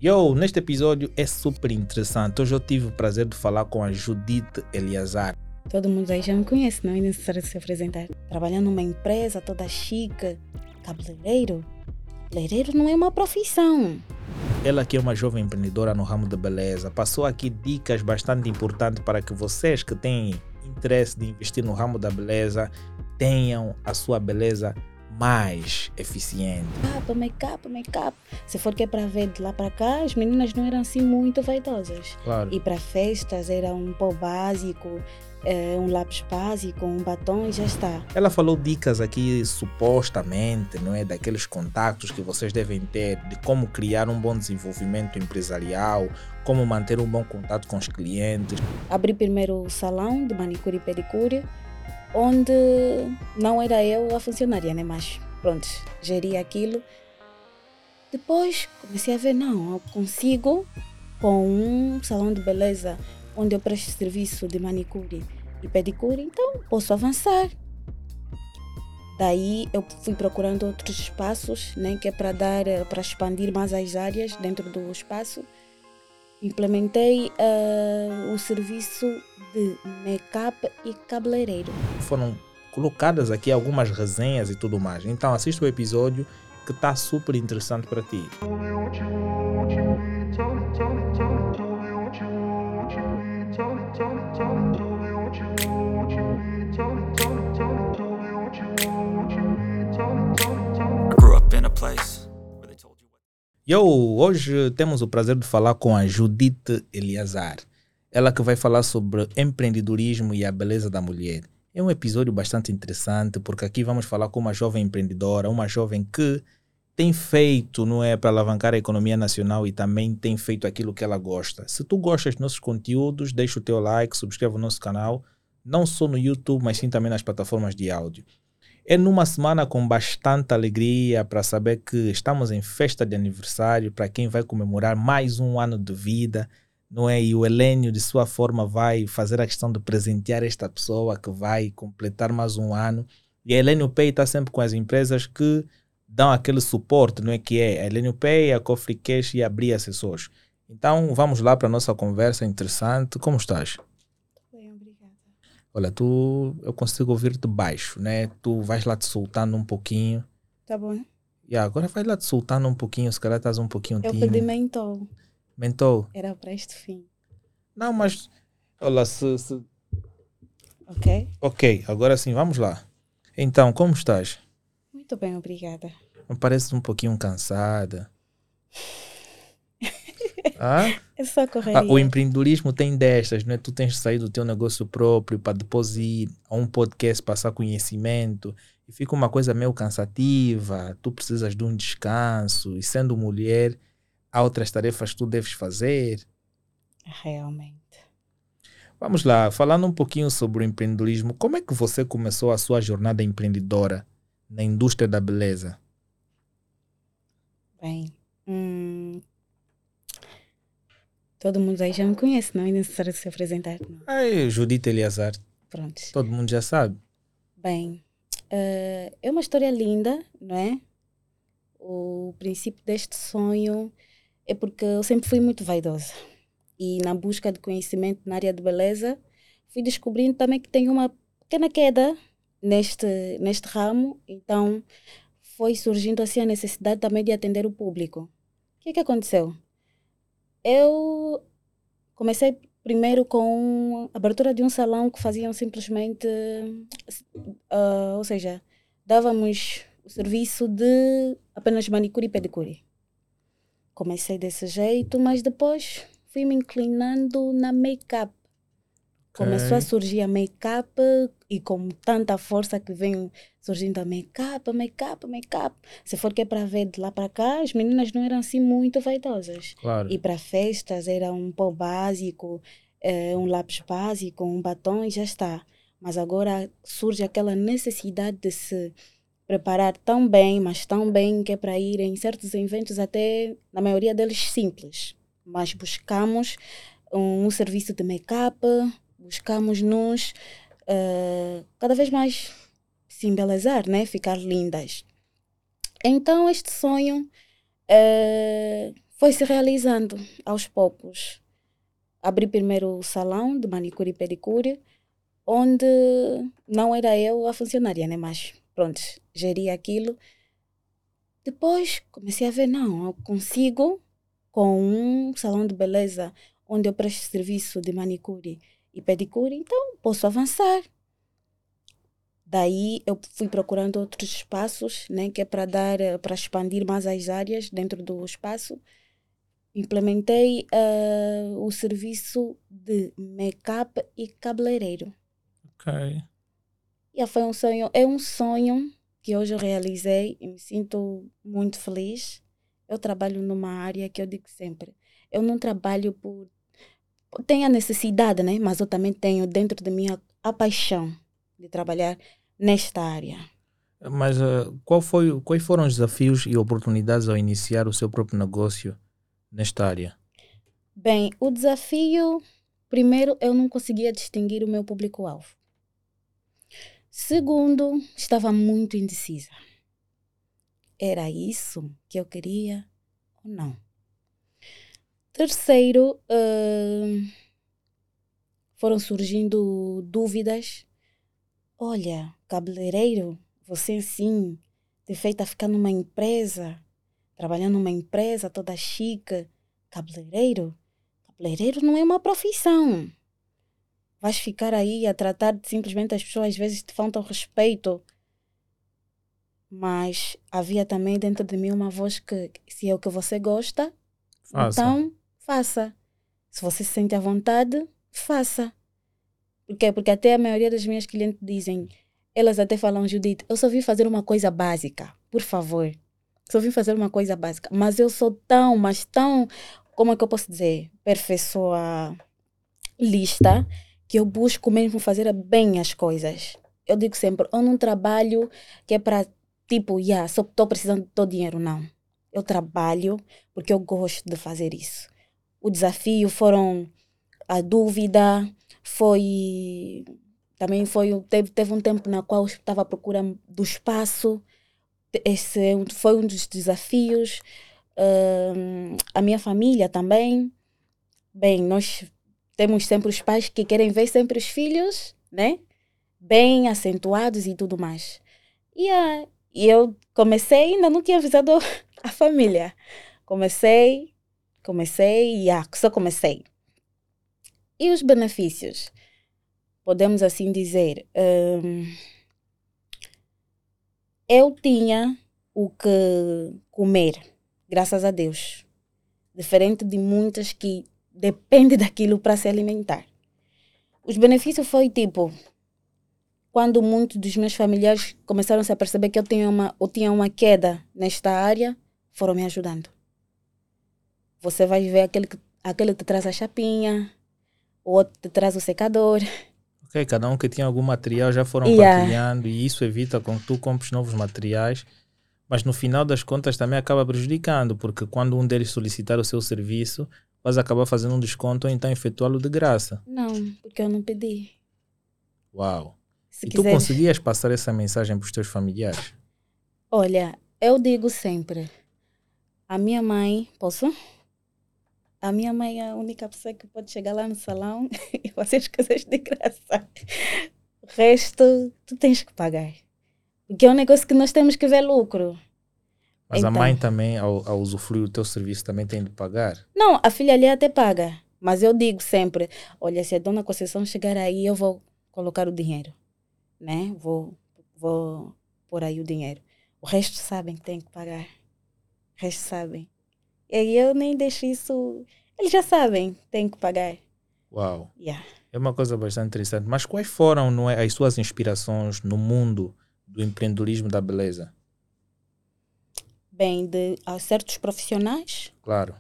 Neste episódio é super interessante. Hoje eu tive o prazer de falar com a Judith Eliazar. Todo mundo aí já me conhece, não é necessário se apresentar. Trabalhando numa empresa toda chique, cabeleireiro. Cabeleireiro não é uma profissão. Ela que é uma jovem empreendedora no ramo da beleza, passou aqui dicas bastante importantes para que vocês que têm interesse de investir no ramo da beleza tenham a sua beleza mais eficiente. Make-up. Se for que é para ver de lá para cá, as meninas não eram assim muito vaidosas. Claro. E para festas era um pó básico, um lápis básico, um batom e já está. Ela falou dicas aqui supostamente, não é, daqueles contatos que vocês devem ter, de como criar um bom desenvolvimento empresarial, como manter um bom contato com os clientes. Abri primeiro o salão de manicure e pedicure, onde não era eu a funcionária, né? Mas pronto, geria aquilo. Depois comecei a ver, não, eu consigo com um salão de beleza onde eu presto serviço de manicure e pedicure, então posso avançar. Daí eu fui procurando outros espaços, né, que é para expandir mais as áreas dentro do espaço. Implementei o serviço de make-up e cabeleireiro. Foram colocadas aqui algumas resenhas e tudo mais. Então assista o episódio que está super interessante para ti. Hoje temos o prazer de falar com a Judith Eliazar. Ela que vai falar sobre empreendedorismo e a beleza da mulher. É um episódio bastante interessante porque aqui vamos falar com uma jovem empreendedora, uma jovem que tem feito, não é, para alavancar a economia nacional e também tem feito aquilo que ela gosta. Se tu gostas dos nossos conteúdos, deixa o teu like, subscreve o nosso canal, não só no YouTube, mas sim também nas plataformas de áudio. É numa semana com bastante alegria para saber que estamos em festa de aniversário para quem vai comemorar mais um ano de vida, não é? E o Helênio, de sua forma, vai fazer a questão de presentear esta pessoa que vai completar mais um ano. E a Helênio Pay está sempre com as empresas que dão aquele suporte, não é? Que é a Helênio Pay, a Coffee Cash e a Bri Acessórios. Então, vamos lá para a nossa conversa interessante. Como estás? Bem, obrigada. Olha, eu consigo ouvir-te baixo, né? Tu vais lá te soltando um pouquinho. Tá bom? E agora vai lá te soltando um pouquinho, se calhar estás um pouquinho Eu tímido. pedi mentol. Mentou? Era para este fim. Não, mas... Olha, Ok? Ok, agora sim, vamos lá. Então, como estás? Muito bem, obrigada. Me pareces um pouquinho cansada. Ah? É só correria. O empreendedorismo tem destas, não é? Tu tens de sair do teu negócio próprio para depois ir a um podcast passar conhecimento e fica uma coisa meio cansativa, tu precisas de um descanso e sendo mulher, há outras tarefas que tu deves fazer. Realmente. Vamos lá, falando um pouquinho sobre o empreendedorismo, como é que você começou a sua jornada empreendedora na indústria da beleza? Bem, todo mundo aí já me conhece, não é necessário se apresentar. Não. Ai, Judith Eliazar, Pronto. todo mundo já sabe. Bem, é uma história linda, não é? O princípio deste sonho é porque eu sempre fui muito vaidosa. E na busca de conhecimento na área de beleza, fui descobrindo também que tenho uma pequena queda neste ramo. Então, foi surgindo assim a necessidade também de atender o público. O que aconteceu? Eu comecei primeiro com a abertura de um salão que faziam simplesmente, ou seja, dávamos o serviço de apenas manicure e pedicure. Comecei desse jeito, mas depois fui me inclinando na make-up. Ok. Começou a surgir a make-up e com tanta força que vem surgindo a make-up. Se for que é para ver de lá para cá, as meninas não eram assim muito vaidosas. Claro. E para festas era um pó básico, um lápis básico, um batom e já está. Mas agora surge aquela necessidade de se preparar tão bem, mas tão bem que é para ir em certos eventos até, na maioria deles, simples. Mas buscamos um serviço de make-up, buscamos nos cada vez mais se embelezar, né? Ficar lindas. Então este sonho foi se realizando aos poucos. Abri primeiro o salão de manicure e pedicure, onde não era eu a funcionária, né? Mas pronto, geria aquilo. Depois comecei a ver, não, eu consigo com um salão de beleza onde eu presto serviço de manicure e pedicure, então posso avançar. Daí eu fui procurando outros espaços, né, que é para expandir mais as áreas dentro do espaço. Implementei o serviço de make-up e cabeleireiro. Ok. E foi um sonho, é um sonho que hoje eu realizei e me sinto muito feliz. Eu trabalho numa área que eu digo sempre, eu não trabalho por... Tenho a necessidade, né? Mas eu também tenho dentro de mim a paixão de trabalhar nesta área. Mas quais foram os desafios e oportunidades ao iniciar o seu próprio negócio nesta área? Bem, o desafio, primeiro, eu não conseguia distinguir o meu público-alvo. Segundo, estava muito indecisa. Era isso que eu queria ou não? Terceiro, foram surgindo dúvidas. Olha, cabeleireiro, você sim, de feito a ficar numa empresa, trabalhando numa empresa toda chique. Cabeleireiro? Cabeleireiro não é uma profissão. Vais ficar aí a tratar simplesmente as pessoas, às vezes te faltam respeito. Mas havia também dentro de mim uma voz que, se é o que você gosta, Faça. então faça. Se você se sente à vontade, faça. Por quê? Porque até a maioria das minhas clientes dizem, elas até falam, Judith, eu só vim fazer uma coisa básica, por favor. Só vim fazer uma coisa básica. Mas eu sou tão, mas tão, como é que eu posso dizer? Perfeiçoalista, que eu busco mesmo fazer bem as coisas. Eu digo sempre, eu não trabalho que é para, tipo, só estou precisando do dinheiro, não. Eu trabalho porque eu gosto de fazer isso. O desafio foram a dúvida, foi... Também teve um tempo na qual eu estava à procura do espaço. Esse foi um dos desafios. A minha família também. Bem, nós temos sempre os pais que querem ver sempre os filhos, né? Bem acentuados e tudo mais. E eu comecei, ainda não tinha avisado a família. Comecei, só comecei. E os benefícios? Podemos assim dizer, eu tinha o que comer, graças a Deus. Diferente de muitas que dependem daquilo para se alimentar. Os benefícios foi tipo, quando muitos dos meus familiares começaram a se perceber que eu tinha uma queda nesta área, foram me ajudando. Você vai ver aquele que te traz a chapinha, o outro te traz o secador. Ok, cada um que tinha algum material já foram Yeah. partilhando e isso evita com que tu compres novos materiais, mas no final das contas também acaba prejudicando, porque quando um deles solicitar o seu serviço, vais acabar fazendo um desconto ou então efetuá-lo de graça. Não, porque eu não pedi. Uau! Se E tu quiseres. conseguias passar essa mensagem para os teus familiares? Olha, eu digo sempre, a minha mãe, posso? A minha mãe é a única pessoa que pode chegar lá no salão e fazer as coisas de graça. O resto, tu tens que pagar. Porque é um negócio que nós temos que ver lucro. Mas a mãe Então, também, ao usufruir do teu serviço, também tem de pagar? não, a filha ali até paga. Mas eu digo sempre, olha, se a dona Conceição chegar aí, eu vou colocar o dinheiro, né? Vou pôr aí o dinheiro. O resto sabem que tem que pagar. O resto sabem. E aí eu nem deixo isso... Eles já sabem, tem que pagar. Uau! Yeah. É uma coisa bastante interessante. Mas quais foram, não é, as suas inspirações no mundo do empreendedorismo da beleza? Bem, a certos profissionais, Claro.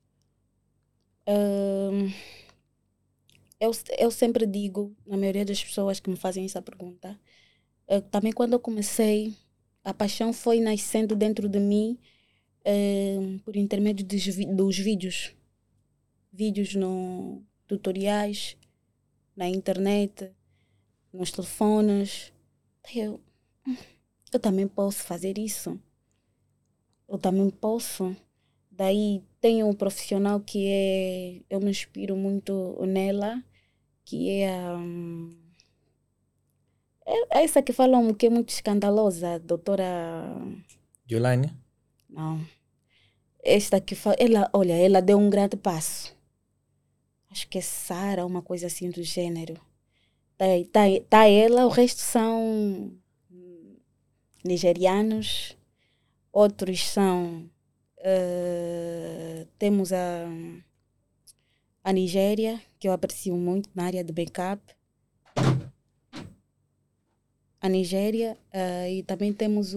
hum, eu sempre digo, na maioria das pessoas que me fazem essa pergunta, também quando eu comecei, a paixão foi nascendo dentro de mim por intermédio dos vídeos. Vídeos no tutoriais, na internet, nos telefones. Eu, eu também posso fazer isso. Eu também posso. Daí tenho um profissional que eu me inspiro muito nela, que é essa que falam que é muito escandalosa, a doutora... Giovanni? Não. Esta que fala, olha, ela deu um grande passo. Acho que é Sara, uma coisa assim do gênero. Tá ela, o resto são nigerianos, outros são... temos a Nigéria, que eu aprecio muito na área de backup. A Nigéria, e também temos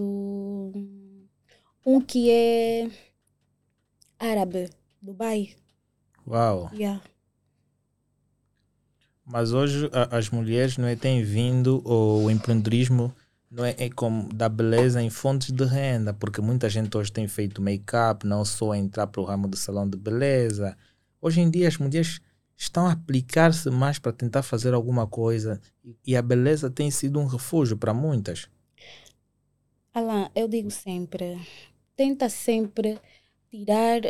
um que é árabe, Dubai. Uau! Yeah. Mas hoje as mulheres não é, têm vindo, o empreendedorismo não é como da beleza em fontes de renda, porque muita gente hoje tem feito make-up, não só entrar para o ramo do salão de beleza. Hoje em dia as mulheres estão a aplicar-se mais para tentar fazer alguma coisa e a beleza tem sido um refúgio para muitas. Alain, eu digo sempre, tenta sempre tirar,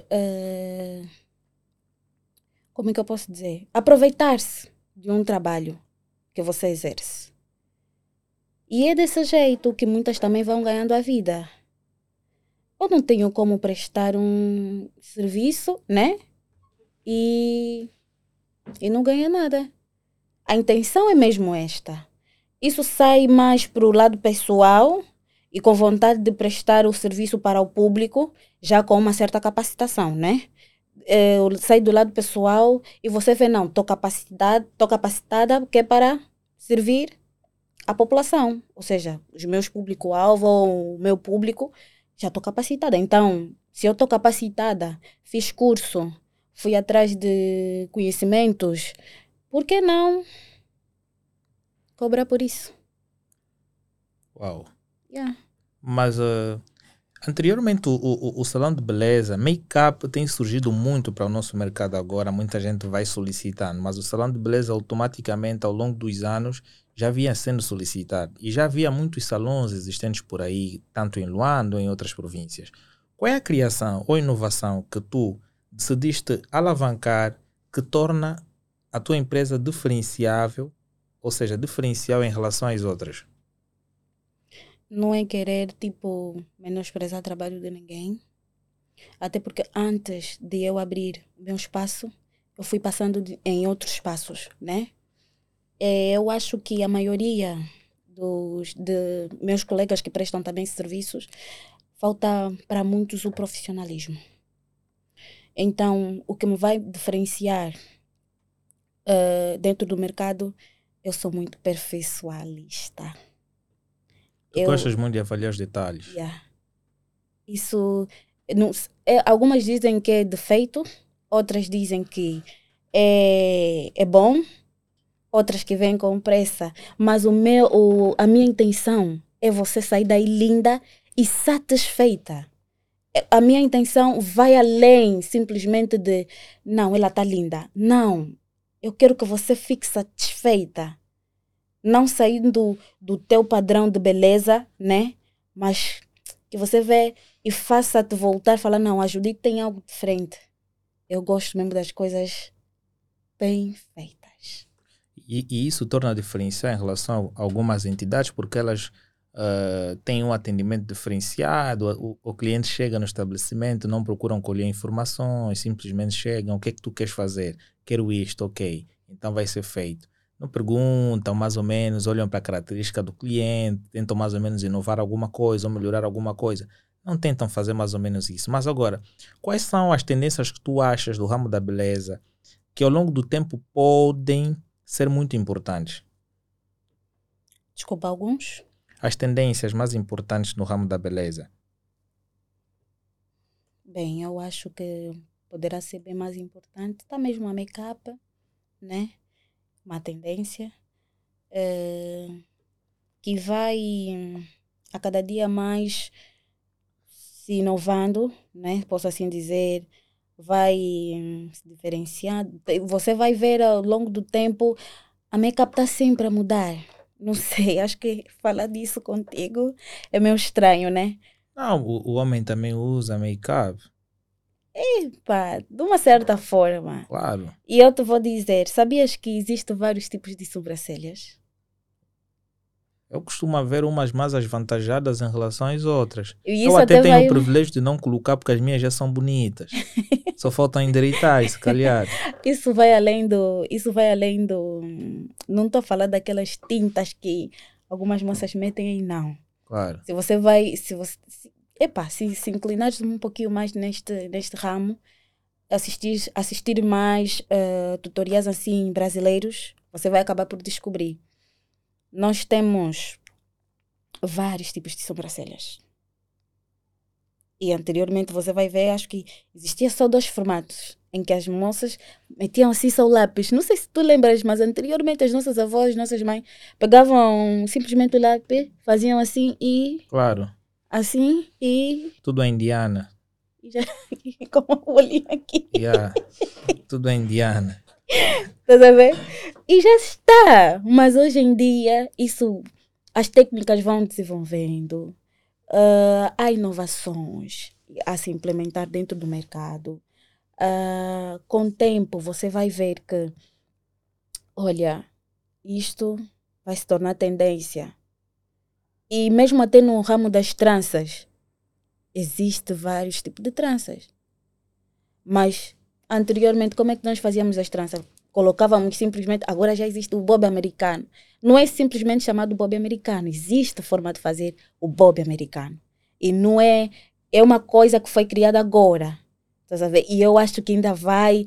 como é que eu posso dizer? Aproveitar-se de um trabalho que você exerce. E é desse jeito que muitas também vão ganhando a vida. Eu não tenho como prestar um serviço, né? E não ganha nada. A intenção é mesmo esta. Isso sai mais para o lado pessoal e com vontade de prestar o serviço para o público, já com uma certa capacitação, né? Sai do lado pessoal e você vê, não, estou capacitada que é para servir a população. Ou seja, os meus público-alvo, o meu público, já estou capacitada. Então, se eu estou capacitada, fiz curso, fui atrás de conhecimentos, por que não cobrar por isso? Uau! Yeah. Mas anteriormente o salão de beleza, make-up tem surgido muito para o nosso mercado agora, muita gente vai solicitando, mas o salão de beleza automaticamente ao longo dos anos já vinha sendo solicitado e já havia muitos salões existentes por aí, tanto em Luanda ou em outras províncias. Qual é a criação ou inovação que tu decidiste alavancar que torna a tua empresa diferenciável, ou seja, diferencial em relação às outras? Não é querer, tipo, menosprezar o trabalho de ninguém. Até porque antes de eu abrir o meu espaço, eu fui passando em outros espaços, né? Eu acho que a maioria de meus colegas que prestam também serviços, falta para muitos o profissionalismo. Então, o que me vai diferenciar dentro do mercado, eu sou muito perfeccionista. Tu gostas muito de avaliar os detalhes. Yeah. Isso, não, algumas dizem que é defeito, outras dizem que é bom, outras que vêm com pressa. Mas a minha intenção é você sair daí linda e satisfeita. A minha intenção vai além simplesmente de, não, ela está linda. Não, eu quero que você fique satisfeita. Não saindo do teu padrão de beleza, né? Mas que você vê e faça-te voltar e falar, não, a Judite tem algo diferente. Eu gosto mesmo das coisas bem feitas. E isso torna a diferencial em relação a algumas entidades, porque elas têm um atendimento diferenciado, o cliente chega no estabelecimento, não procuram colher informações, simplesmente chegam, o que é que tu queres fazer? Quero isto, ok, então vai ser feito. Não perguntam mais ou menos, olham para a característica do cliente, tentam mais ou menos inovar alguma coisa ou melhorar alguma coisa. Não tentam fazer mais ou menos isso. Mas agora, quais são as tendências que tu achas do ramo da beleza que ao longo do tempo podem ser muito importantes? Desculpa, alguns? As tendências mais importantes no ramo da beleza. Bem, eu acho que poderá ser bem mais importante. Está mesmo a make-up, né? Uma tendência que vai a cada dia mais se inovando, né? Posso assim dizer, vai se diferenciar. Você vai ver ao longo do tempo, a make-up está sempre a mudar. Não sei, acho que falar disso contigo é meio estranho, né? Não, o homem também usa make-up. Pá, de uma certa forma. Claro. E eu te vou dizer, sabias que existem vários tipos de sobrancelhas? Eu costumo ver umas mais avantajadas em relação às outras. E Eu isso até até tenho o vai. privilégio de não colocar porque as minhas já são bonitas. Só faltam endireitar, se calhar. Isso vai além do. Não estou a falar daquelas tintas que algumas moças metem aí, não. Claro. Se você vai. Se inclinares um pouquinho mais neste ramo, assistir mais tutoriais assim brasileiros, você vai acabar por descobrir. Nós temos vários tipos de sobrancelhas. E anteriormente você vai ver, acho que existia só 2 formatos, em que as moças metiam assim só o lápis. Não sei se tu lembras, mas anteriormente as nossas avós, nossas mães, pegavam simplesmente o lápis, faziam assim e Claro. assim e Tudo é indiana. já como o olhinho aqui. Yeah. Tudo é indiana. Estás a ver? E já está. Mas hoje em dia, as técnicas vão desenvolvendo. Há inovações a se implementar dentro do mercado. Com o tempo, você vai ver que, olha, isto vai se tornar tendência. E mesmo até no ramo das tranças, existe vários tipos de tranças. Mas, anteriormente, como é que nós fazíamos as tranças? Colocávamos simplesmente, agora já existe o bob americano. Não é simplesmente chamado bob americano, existe a forma de fazer o bob americano. E não é uma coisa que foi criada agora. Estás a ver? E eu acho que ainda vai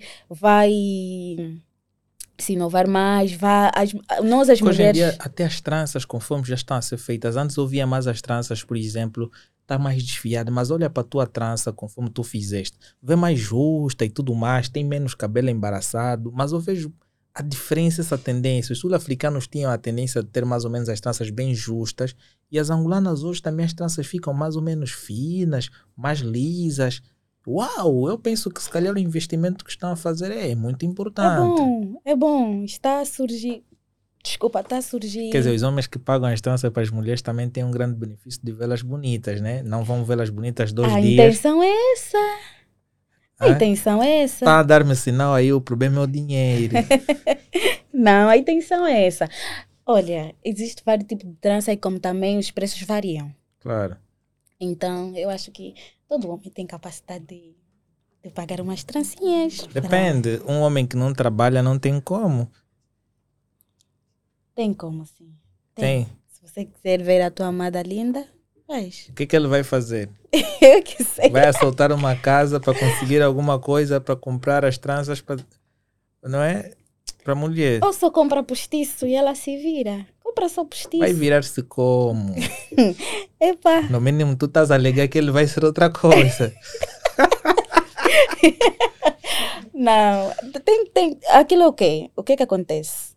se inovar mais, nós as Hoje em dia, mulheres... até as tranças, conforme já estão a ser feitas, antes eu via mais as tranças, por exemplo, está mais desfiada, mas olha para a tua trança, conforme tu fizeste, vê mais justa e tudo mais, tem menos cabelo embaraçado, mas eu vejo a diferença, essa tendência. Os sul-africanos tinham a tendência de ter mais ou menos as tranças bem justas, e as angolanas hoje também as tranças ficam mais ou menos finas, mais lisas. Uau, eu penso que se calhar o investimento que estão a fazer é muito importante. É bom, está a surgir... Desculpa, está a surgir... Quer dizer, os homens que pagam as tranças para as mulheres também têm um grande benefício de vê-las bonitas, né? Não vão vê-las bonitas 2 dias. intenção é essa. A Ah, intenção é essa. tá a dar-me sinal aí, o problema é o dinheiro. Não, a intenção é essa. Olha, existe vários tipos de trança e como também os preços variam. Claro. Então, eu acho que todo homem tem capacidade de pagar umas trancinhas. Depende. Um homem que não trabalha não tem como. Tem como, sim. Tem. Se você quiser ver a tua amada linda, faz. O que é que ele vai fazer? Eu que sei. Vai assaltar uma casa para conseguir alguma coisa para comprar as tranças para... Não é? Para a mulher. Ou só compra postiço e ela se vira. Compra só postiço. Vai virar-se como? Epa. No mínimo tu estás a alegar que ele vai ser outra coisa. Não. Aquilo é o quê? O que é que acontece?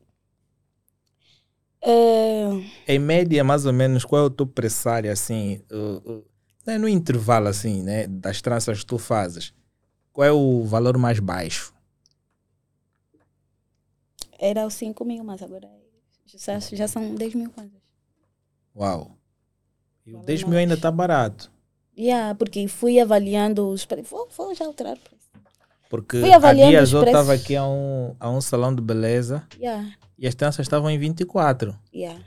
Em média, mais ou menos, qual é o teu pressário, assim, né, no intervalo, assim, né, das tranças que tu fazes? Qual é o valor mais baixo? Era os 5.000, mas agora já são 10.000 kwanzas. Uau! E o Valor 10 mil mais ainda baixo. está barato. Porque fui avaliando os preços. Vou já alterar o preço. Porque Fui há avaliando dias os eu estava preços. aqui a um salão de beleza e as tranças estavam em 24.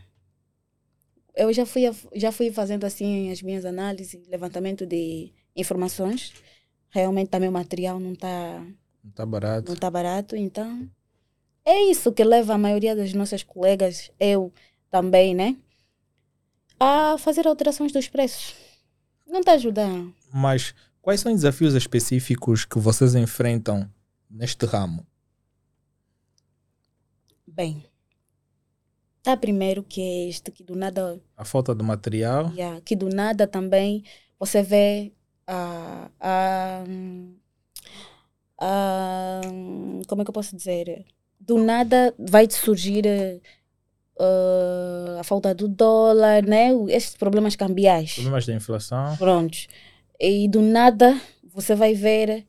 Eu já fui fazendo assim as minhas análises, levantamento de informações. Realmente também o material não está Não está barato. não tá barato, então é isso que leva a maioria das nossas colegas, eu também, né, a fazer alterações dos preços. Não está ajudando. Mas quais são os desafios específicos que vocês enfrentam neste ramo? Bem, tá primeiro que é este, que do nada... A falta de material? Que do nada também você vê como é que eu posso dizer? Do nada vai surgir a falta do dólar, né? Estes problemas cambiais. Problemas da inflação? Prontos. E do nada você vai ver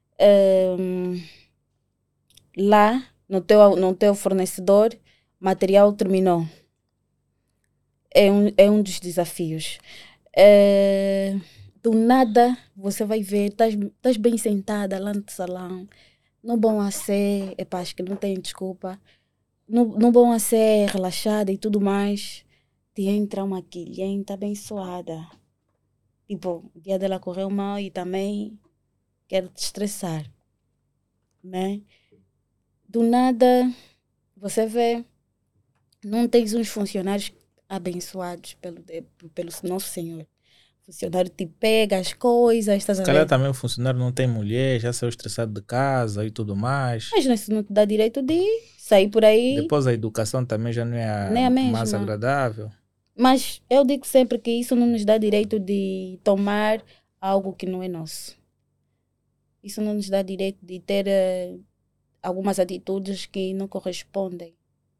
lá no teu fornecedor, material terminou. É um dos desafios. Do nada, você vai ver, estás bem sentada lá no salão, no bom a ser, epá, acho que não tem desculpa, no bom a ser, relaxada e tudo mais, te entra uma cliente abençoada. Tipo, o dia dela correu mal e também quer te estressar, né? Do nada, você vê, não tens uns funcionários abençoados pelo nosso Senhor. O funcionário te pega as coisas, estás Se a calhar ver? também o funcionário não tem mulher, já saiu estressado de casa e tudo mais. Mas isso não te dá direito de sair por aí, Depois a educação também já não é a nem a mais mesma. agradável. Mas eu digo sempre que isso não nos dá direito de tomar algo que não é nosso. Isso não nos dá direito de ter algumas atitudes que não correspondem.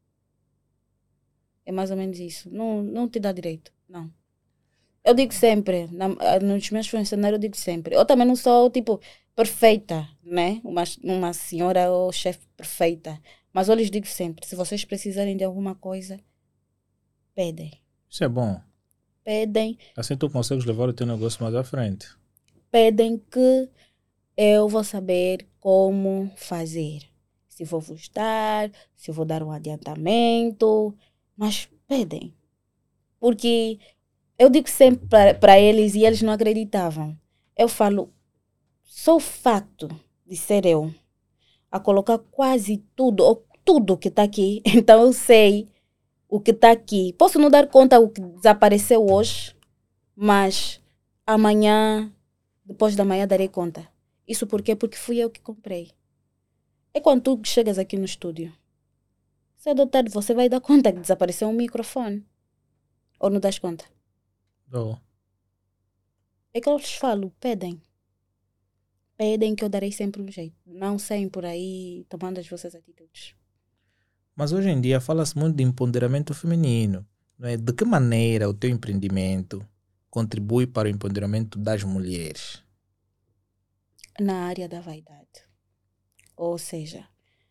É mais ou menos isso. Não, não te dá direito, não. Eu digo sempre, nos meus funcionários eu digo sempre. Eu também não sou, tipo, perfeita, né? Uma senhora ou chefe perfeita. Mas eu lhes digo sempre, se vocês precisarem de alguma coisa, pedem. Isso é bom. Pedem, Assim tu consegues levar o teu negócio mais à frente. pedem que eu vou saber como fazer. Se vou vos dar, se vou dar um adiantamento, mas pedem. Porque eu digo sempre para eles e eles não acreditavam. Eu falo, só o fato de ser eu a colocar quase tudo, ou tudo que está aqui, então eu sei o que está aqui. Posso não dar conta o que desapareceu hoje, mas amanhã, depois da manhã, darei conta. Isso por quê? Porque fui eu que comprei. É quando tu chegas aqui no estúdio. Cedo ou tarde você vai dar conta que desapareceu um microfone. Ou não das conta? Oh. É que eu lhes falo, pedem. Pedem que eu darei sempre um jeito. Não saem por aí tomando as vossas atitudes. Mas hoje em dia fala-se muito de empoderamento feminino. Não é? De que maneira o teu empreendimento contribui para o empoderamento das mulheres? Na área da vaidade. Ou seja,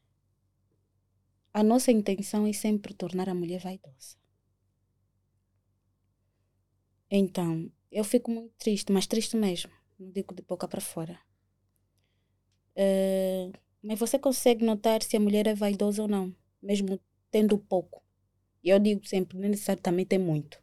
a nossa intenção é sempre tornar a mulher vaidosa. Então, eu fico muito triste, mas triste mesmo. Não digo de boca para fora. Mas você consegue notar se a mulher é vaidosa ou não, mesmo tendo pouco. E eu digo sempre, não é necessário também ter muito.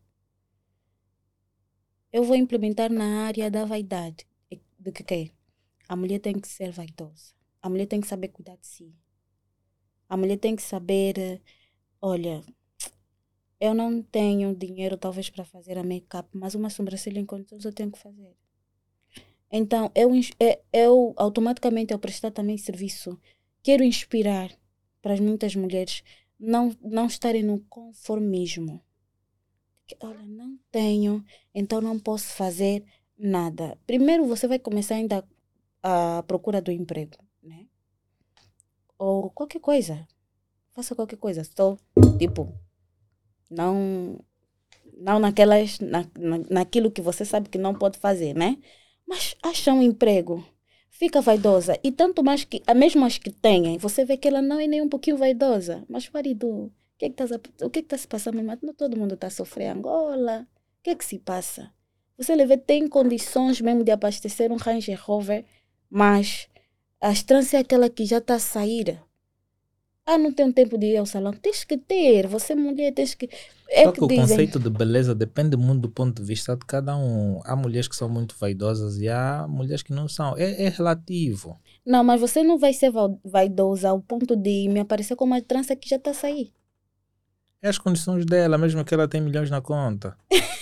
Eu vou implementar na área da vaidade. De que quê? A mulher tem que ser vaidosa. A mulher tem que saber cuidar de si. A mulher tem que saber, olha, eu não tenho dinheiro talvez para fazer a make-up, mas uma sobrancelha em condições eu tenho que fazer. Então, eu automaticamente, ao prestar também serviço, quero inspirar para as muitas mulheres não estarem no conformismo. Que, olha, não tenho, então não posso fazer nada. Primeiro você vai começar ainda a procura do emprego, né? Ou qualquer coisa. Faça qualquer coisa. Só, tipo, não, não naquilo que você sabe que não pode fazer, né? Mas acha um emprego. Fica vaidosa. E tanto mais que, mesmo as que têm, você vê que ela não é nem um pouquinho vaidosa. Mas, marido, o que está se passando? Não todo mundo está a sofrer Angola. O que é que se passa? Você vê, tem condições mesmo de abastecer um Range Rover, mas a estrança é aquela que já está a sair. Ah, não tenho tempo de ir ao salão. Tens que ter. Você, mulher, tens que. É Só o que que o dizem. conceito de beleza depende muito do ponto de vista de cada um. Há mulheres que são muito vaidosas e há mulheres que não são. É relativo. Não, mas você não vai ser vaidosa ao ponto de me aparecer com uma trança que já está a sair. É as condições dela, mesmo que ela tenha milhões na conta.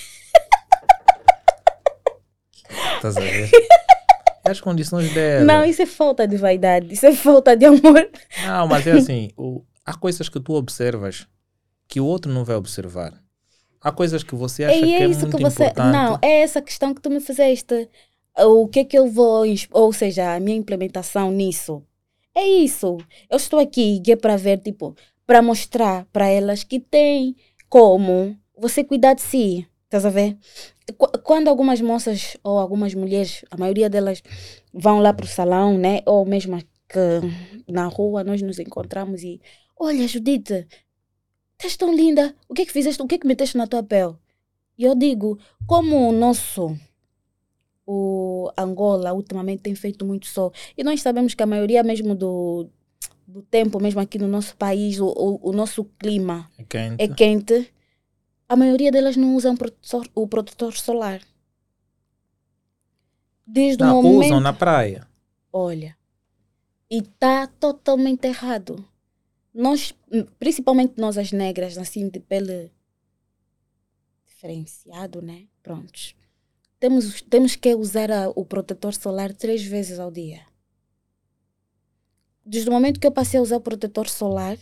Estás a ver? É as condições Não, dela. isso é falta de vaidade. Isso é falta de amor. Não, mas é assim, há coisas que tu observas que o outro não vai observar. Há coisas que você E acha que é é isso que muito você. Não, importante. é essa questão que tu me fizeste. O que é que eu vou. Ou seja, a minha implementação nisso. É isso. Eu estou aqui que é para ver, tipo, para mostrar para elas que tem como você cuidar de si. Estás a ver? Quando algumas moças ou algumas mulheres, a maioria delas vão lá para o salão, né? Ou mesmo que na rua nós nos encontramos e olha, Judite, estás tão linda. O que é que fizeste? O que é que meteste na tua pele? E eu digo, como o Angola ultimamente tem feito muito sol. E nós sabemos que a maioria mesmo do tempo, mesmo aqui no nosso país, o nosso clima É quente. é quente. A maioria delas não usam o protetor solar. Desde o Não, usam momento... na praia. Olha, e está totalmente errado. Nós, principalmente nós as negras, assim, de pele diferenciado, né? Prontos. Temos que usar o protetor solar 3 vezes ao dia. Desde o momento que eu passei a usar o protetor solar,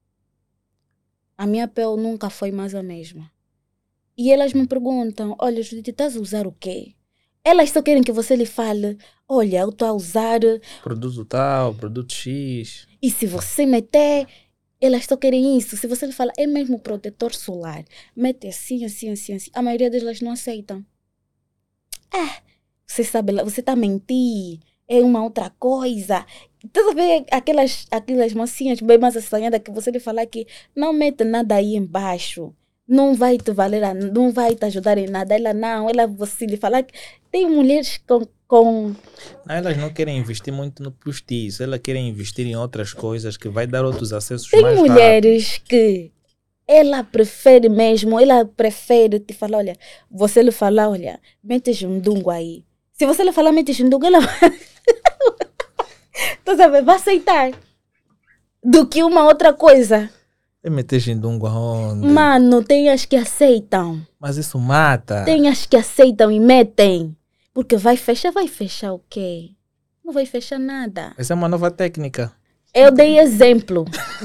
a minha pele nunca foi mais a mesma. E elas me perguntam, olha, Judite, estás a usar o quê? Elas só querem que você lhe fale, olha, eu estou a usar... Produto tal, produto X. E se você meter, elas só querem isso. Se você lhe fala, é mesmo protetor solar, mete assim, assim, assim, assim. A maioria delas não aceitam. Você sabe, você está a mentir, é uma outra coisa. Estás a ver aquelas mocinhas bem mais assanhadas que você lhe falar que não mete nada aí embaixo. Não vai te valer, não vai te ajudar em nada. Ela você lhe falar que tem mulheres com Não, elas não querem investir muito no postiço, elas querem investir em outras coisas que vai dar outros acessos tem mais rápidos. mulheres que ela prefere te falar, olha, você lhe falar, olha, mete jundungo aí. Se você lhe falar mete jundungo, ela vai, tu sabe, vai aceitar. Do que uma outra coisa. É meter jindungo aonde? Mano, tem as que aceitam. Mas isso mata. Tem as que aceitam e metem. Porque vai fechar o quê? Não vai fechar nada. Essa é uma nova técnica. Eu dei exemplo.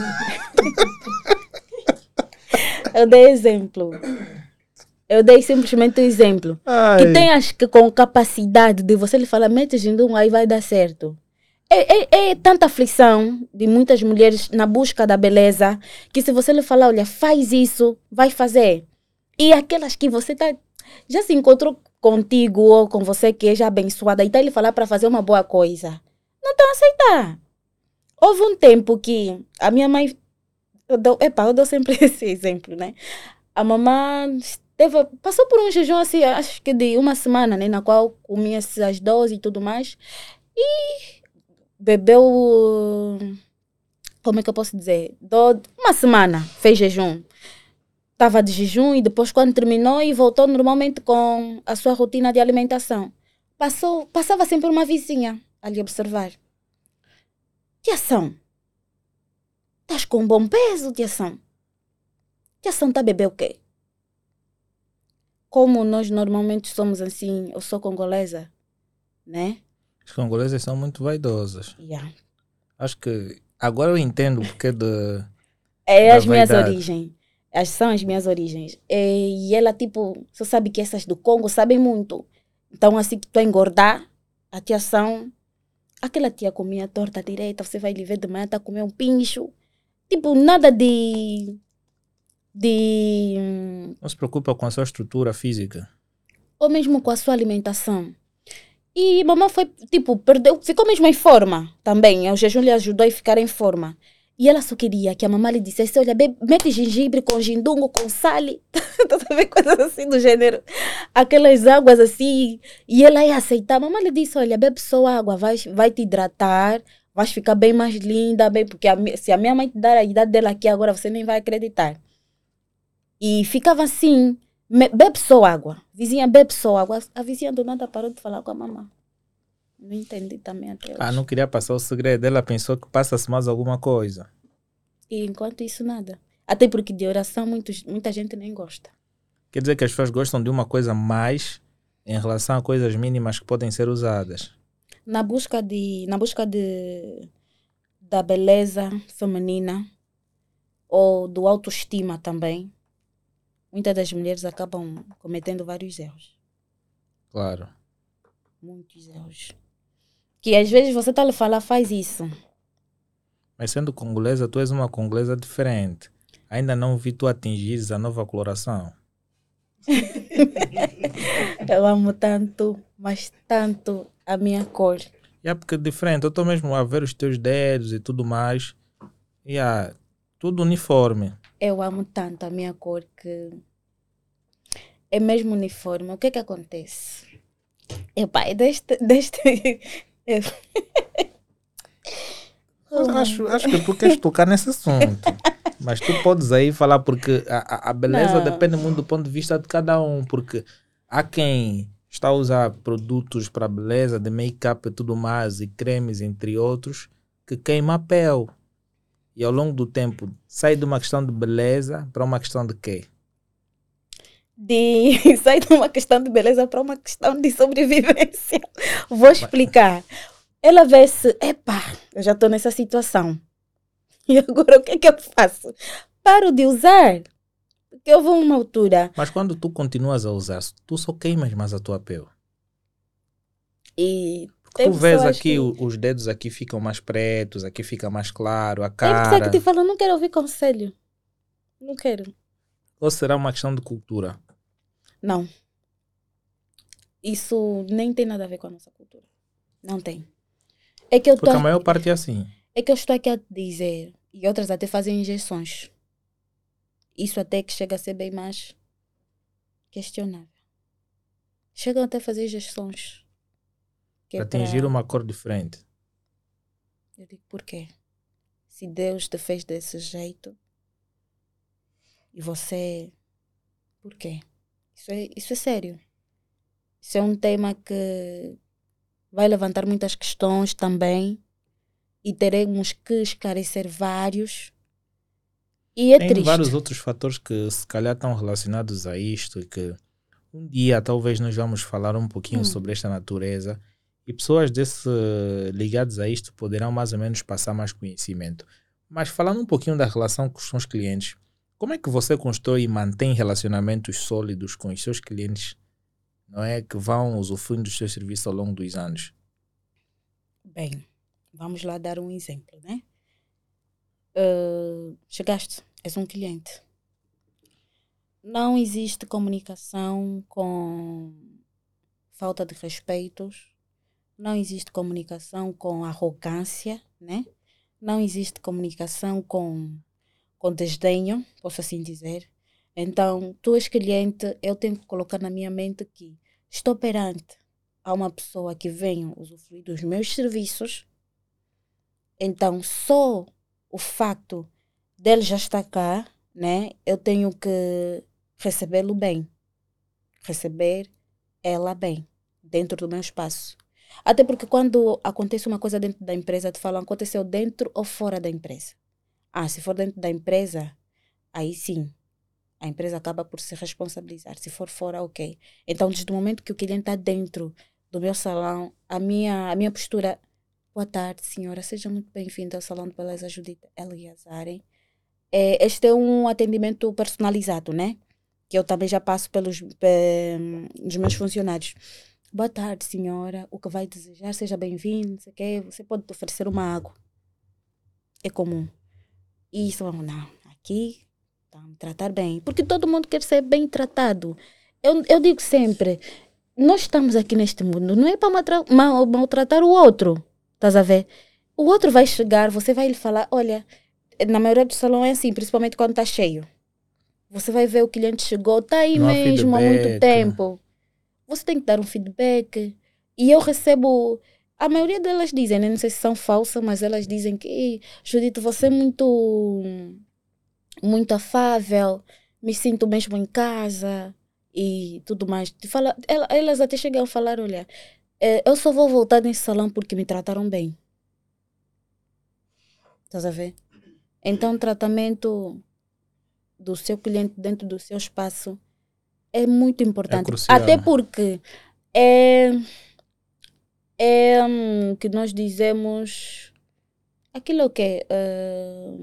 Eu dei simplesmente o exemplo. Ai. Que tem as que com capacidade de você lhe falar, mete jindum, aí vai dar certo. É tanta aflição de muitas mulheres na busca da beleza, que se você lhe falar, olha, faz isso, vai fazer. E aquelas que você já se encontrou contigo ou com você que é já abençoada e está lhe falar para fazer uma boa coisa, não estão a aceitar. Houve um tempo que a minha mãe, eu dou sempre esse exemplo, né? A mamãe passou por um jejum assim, acho que de uma semana, né? Na qual comia-se as doses e tudo mais. E bebeu, como é que eu posso dizer? Uma semana fez jejum. Estava de jejum e depois quando terminou e voltou normalmente com a sua rotina de alimentação. Passava sempre uma vizinha a lhe observar. Tiação, estás com um bom peso, Tiação? Tiação está a beber o quê? Como nós normalmente somos assim, eu sou congolesa, né? As congolesas são muito vaidosas. Yeah. Acho que agora eu entendo o porquê de... É da as minhas vaidade. origens. São as minhas origens. E ela, tipo, só sabe que essas do Congo sabem muito. Então, assim que tu a engordar, a tiação... Aquela tia comia torta à direita, você vai lhe ver de manhã, tá a comer um pincho. Tipo, nada de... Não se preocupa com a sua estrutura física. Ou mesmo com a sua alimentação. E mamãe foi, tipo, ficou mesmo em forma também. O jejum lhe ajudou a ficar em forma. E ela só queria que a mamãe lhe dissesse, olha, mete gengibre com jindungo, com sal. Tá sabendo? Coisas assim do gênero. Aquelas águas assim. E ela ia aceitar. A mamãe lhe disse, olha, bebe só água, vai te hidratar, vais ficar bem mais linda, bem, porque se a minha mãe te dar a idade dela aqui agora, você nem vai acreditar. E ficava assim, bebe só água. Vizinha, bebe só água. A vizinha do nada parou de falar com a mamãe. Não entendi também até hoje. Não queria passar o segredo. Ela pensou que passa-se mais alguma coisa. E enquanto isso, nada. Até porque de oração muita gente nem gosta. Quer dizer que as pessoas gostam de uma coisa mais em relação a coisas mínimas que podem ser usadas. Na busca da beleza feminina ou do autoestima também, muitas das mulheres acabam cometendo vários erros. Claro. Muitos erros. Que às vezes você está a falar, faz isso. Mas sendo congolesa, tu és uma congolesa diferente. Ainda não vi tu atingires a nova coloração. Eu amo tanto, mas tanto a minha cor. Porque é diferente. Eu estou mesmo a ver os teus dedos e tudo mais. Tudo uniforme. Eu amo tanto a minha cor que é mesmo uniforme. O que é que acontece? Epá, é deste é, oh my Acho God. que tu queres tocar nesse assunto. Mas tu podes aí falar, porque a beleza Não. depende muito do ponto de vista de cada um. Porque há quem está a usar produtos para beleza, de make-up e tudo mais, e cremes, entre outros, que queima a pele. E ao longo do tempo sai de uma questão de beleza para uma questão de quê? De sair de uma questão de beleza para uma questão de sobrevivência. Vou Mas, explicar. Ela vê se, epá, eu já estou nessa situação. E agora o que é que eu faço? Paro de usar. Porque eu vou a uma altura mas quando tu continuas a usar, tu só queimas mais a tua pele. e Porque tu tem vês pessoas aqui, que. os dedos aqui ficam mais pretos, aqui fica mais claro, a Tem pessoas que te cara. falam, não quero ouvir conselho. Não quero. Ou será uma questão de cultura? Não. Isso nem tem nada a ver com a nossa cultura. Não tem. É que eu tô, Porque a maior parte é assim. é que eu estou aqui a te dizer. E outras até fazem injeções. Isso até que chega a ser bem mais questionável. Chegam até a fazer injeções. Que é Para atingir para. uma cor diferente. Eu digo, por quê? Se Deus te fez desse jeito e você. Por quê? Isso é sério. Isso é um tema que vai levantar muitas questões também e teremos que esclarecer vários. E é Tem triste. vários outros fatores que se calhar estão relacionados a isto e que um dia talvez nós vamos falar um pouquinho Hum, sobre esta natureza e pessoas ligadas a isto poderão mais ou menos passar mais conhecimento. Mas falando um pouquinho da relação com os seus clientes, como é que você constrói e mantém relacionamentos sólidos com os seus clientes, não é? Que vão usufruindo dos seus serviços ao longo dos anos? bem, vamos lá dar um exemplo, né? Chegaste, és um cliente. Não existe comunicação com falta de respeitos, não existe comunicação com arrogância, né? Não existe comunicação com desdenho, posso assim dizer. Então, tu és cliente, eu tenho que colocar na minha mente que estou perante a uma pessoa que venha usufruir dos meus serviços, então só o facto dele já estar cá, né? Eu tenho que recebê-lo bem, receber ela bem, dentro do meu espaço. Até porque quando acontece uma coisa dentro da empresa, te falam aconteceu dentro ou fora da empresa. Ah, se for dentro da empresa, aí sim, a empresa acaba por se responsabilizar. Se for fora, ok. Então, desde o momento que o cliente está dentro do meu salão, a minha postura, boa tarde, senhora, seja muito bem-vinda ao Salão de Beleza Judite Eliazari. Este é um atendimento personalizado, né? Que eu também já passo dos meus funcionários. Boa tarde, senhora. O que vai desejar, seja bem-vindo. Você pode oferecer uma água. É comum. E isso, não, aqui está a me tratar bem. Porque todo mundo quer ser bem tratado. Eu digo sempre, nós estamos aqui neste mundo, não é para maltratar o outro. Estás a ver? O outro vai chegar, você vai lhe falar, olha, na maioria do salão é assim, principalmente quando está cheio. Você vai ver o cliente chegou, está aí Não há mesmo há muito feedback. tempo. Você tem que dar um feedback. E eu recebo. A maioria delas dizem, né? Não sei se são falsas, mas elas dizem que, "Ei, Judite, você é muito afável, me sinto mesmo em casa e tudo mais." Elas até chegam a falar: olha, eu só vou voltar nesse salão porque me trataram bem. Estás a ver? Então, o tratamento do seu cliente dentro do seu espaço é muito É importante. Até crucial. porque é, é que nós dizemos aquilo que é,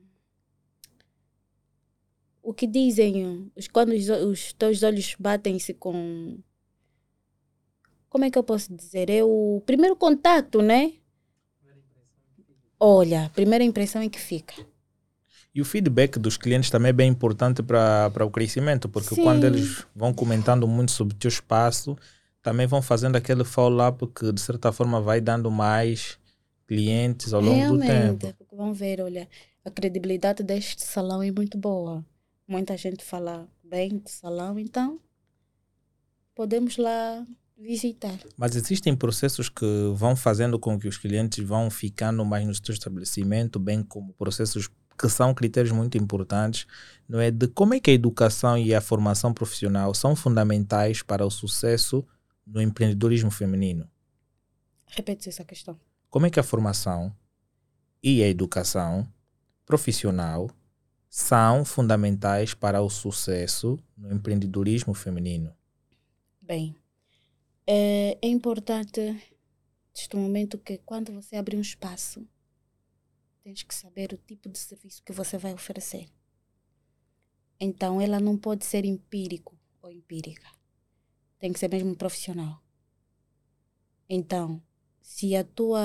o que dizem quando os teus olhos batem-se com, como é que eu posso dizer? É o primeiro contato, né? Olha, a primeira impressão é que fica. E o feedback dos clientes também é bem importante para o crescimento, porque quando Sim, eles vão comentando muito sobre o teu espaço, também vão fazendo aquele follow-up que de certa forma vai dando mais clientes ao longo do realmente. tempo. Porque vão ver, olha, a credibilidade deste salão é muito boa. Muita gente fala bem do salão, então podemos lá. visitar. Mas existem processos que vão fazendo com que os clientes vão ficando mais no seu estabelecimento, bem como processos que são critérios muito importantes, não é? De como é que a educação e a formação profissional são fundamentais para o sucesso no empreendedorismo feminino. Repete essa questão. Como é que a formação e a educação profissional são fundamentais para o sucesso no empreendedorismo feminino? Bem, é importante neste momento que quando você abrir um espaço, tens que saber o tipo de serviço que você vai oferecer. Então, ela não pode ser empírico ou empírica. Tem que ser mesmo profissional. Então, se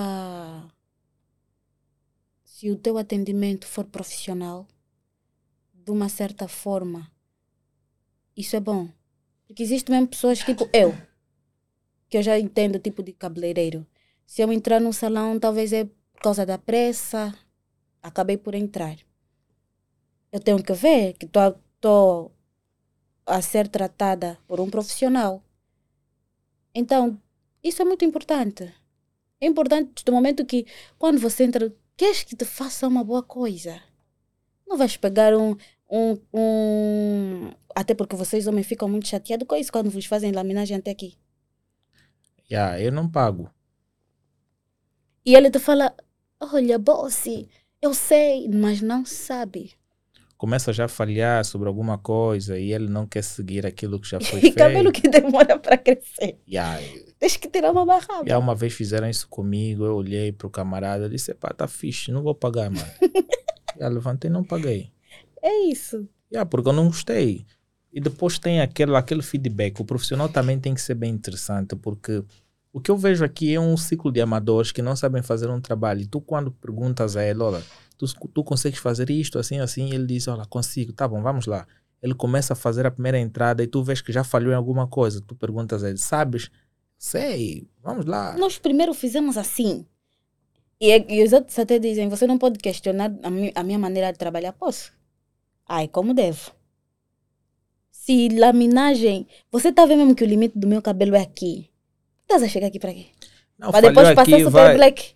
o teu atendimento for profissional, de uma certa forma, isso é bom. Porque existem mesmo pessoas tipo eu, que eu já entendo o tipo de cabeleireiro. Se eu entrar num salão, talvez é por causa da pressa, acabei por entrar. Eu tenho que ver que estou a ser tratada por um profissional. Então, isso é muito importante. É importante do momento que, quando você entra, queres que te faça uma boa coisa. Não vais pegar até porque vocês homens ficam muito chateados com isso quando vos fazem laminagem até aqui. Eu não pago. E ele te fala, olha, bossy, eu sei, mas não sabe. Começa já a falhar sobre alguma coisa e ele não quer seguir aquilo que já foi E feito. cabelo que demora para crescer. Yeah. Tens que tirar uma barrada. Uma vez fizeram isso comigo, eu olhei pro camarada e disse, pá, tá fixe, não vou pagar, mano. Levantei e não paguei. É isso. Porque eu não gostei. E depois tem aquele feedback. O profissional também tem que ser bem interessante, porque o que eu vejo aqui é um ciclo de amadores que não sabem fazer um trabalho. E tu, quando perguntas a ele, olha, tu consegues fazer isto, assim, assim, ele diz, olha, consigo, tá bom, vamos lá. Ele começa a fazer a primeira entrada e tu vês que já falhou em alguma coisa. Tu perguntas a ele, sabes? Sei, vamos lá. Nós primeiro fizemos assim. E os outros até dizem, você não pode questionar a minha maneira de trabalhar. Posso? Ai, como devo. Se laminagem, você tá vendo mesmo que o limite do meu cabelo é aqui. Estás a chegar aqui para quê? Não, para depois passar aqui, super black.